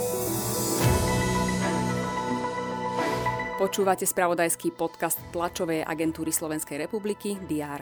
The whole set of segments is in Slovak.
Počúvate spravodajský podcast tlačovej agentúry Slovenskej republiky DR.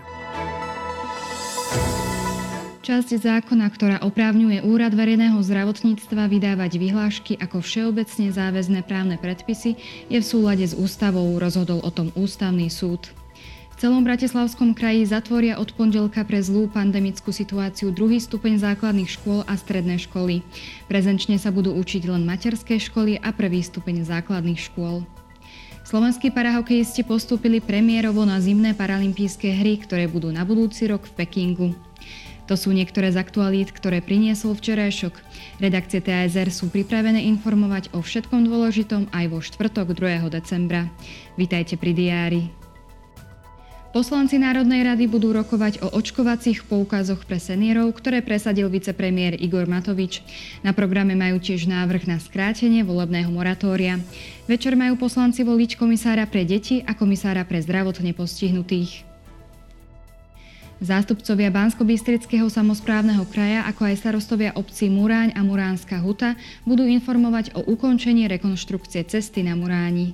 Časť zákona, ktorá oprávňuje Úrad verejného zdravotníctva vydávať vyhlášky ako všeobecne záväzné právne predpisy, je v súlade s ústavou, rozhodol o tom Ústavný súd. V celom Bratislavskom kraji zatvoria od pondelka pre zlú pandemickú situáciu 2. stupeň základných škôl a stredné školy. Prezenčne sa budú učiť len materské školy a 1. stupeň základných škôl. Slovenskí parahokejisti postúpili premiérovo na zimné paralympijské hry, ktoré budú na budúci rok v Pekingu. To sú niektoré z aktualít, ktoré priniesol včerajšok. Redakcie TASR sú pripravené informovať o všetkom dôležitom aj vo štvrtok 2. decembra. Vitajte pri diári. Poslanci Národnej rady budú rokovať o očkovacích poukazoch pre seniorov, ktoré presadil vicepremiér Igor Matovič. Na programe majú tiež návrh na skrátenie volebného moratória. Večer majú poslanci voliť komisára pre deti a komisára pre zdravotne postihnutých. Zástupcovia Banskobystrického samosprávneho kraja, ako aj starostovia obcí Muráň a Muránska Huta budú informovať o ukončení rekonštrukcie cesty na Muráni.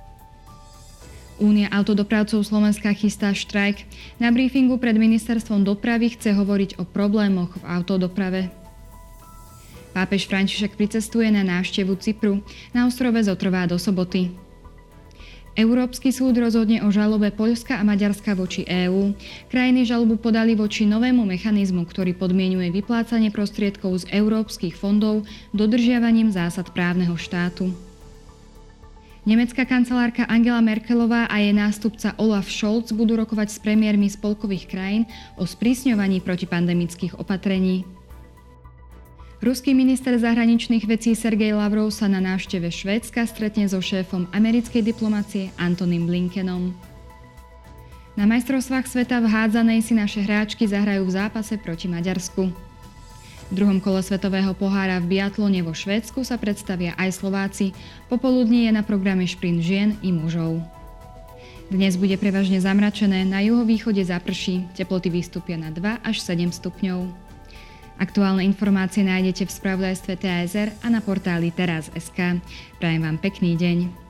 Únia autodopravcov Slovenska chystá štrajk. Na briefingu pred ministerstvom dopravy chce hovoriť o problémoch v autodoprave. Pápež František pricestuje na návštevu Cypru. Na ostrove zotrvá do soboty. Európsky súd rozhodne o žalobe Poľska a Maďarska voči EÚ. Krajiny žalobu podali voči novému mechanizmu, ktorý podmienuje vyplácanie prostriedkov z európskych fondov dodržiavaním zásad právneho štátu. Nemecká kancelárka Angela Merkelová a jej nástupca Olaf Scholz budú rokovať s premiérmi spolkových krajín o sprísňovaní protipandemických opatrení. Ruský minister zahraničných vecí Sergej Lavrov sa na návšteve Švédska stretne so šéfom americkej diplomacie Antonym Blinkenom. Na majstrovstvách sveta v hádzanej si naše hráčky zahrajú v zápase proti Maďarsku. V druhom kole svetového pohára v biatlone vo Švédsku sa predstavia aj Slováci. Popoludní je na programe šprint žien i mužov. Dnes bude prevažne zamračené, na juhovýchode zaprší, teploty vystúpia na 2 až 7 stupňov. Aktuálne informácie nájdete v spravodajstve TASR a na portáli teraz.sk. Prajem vám pekný deň.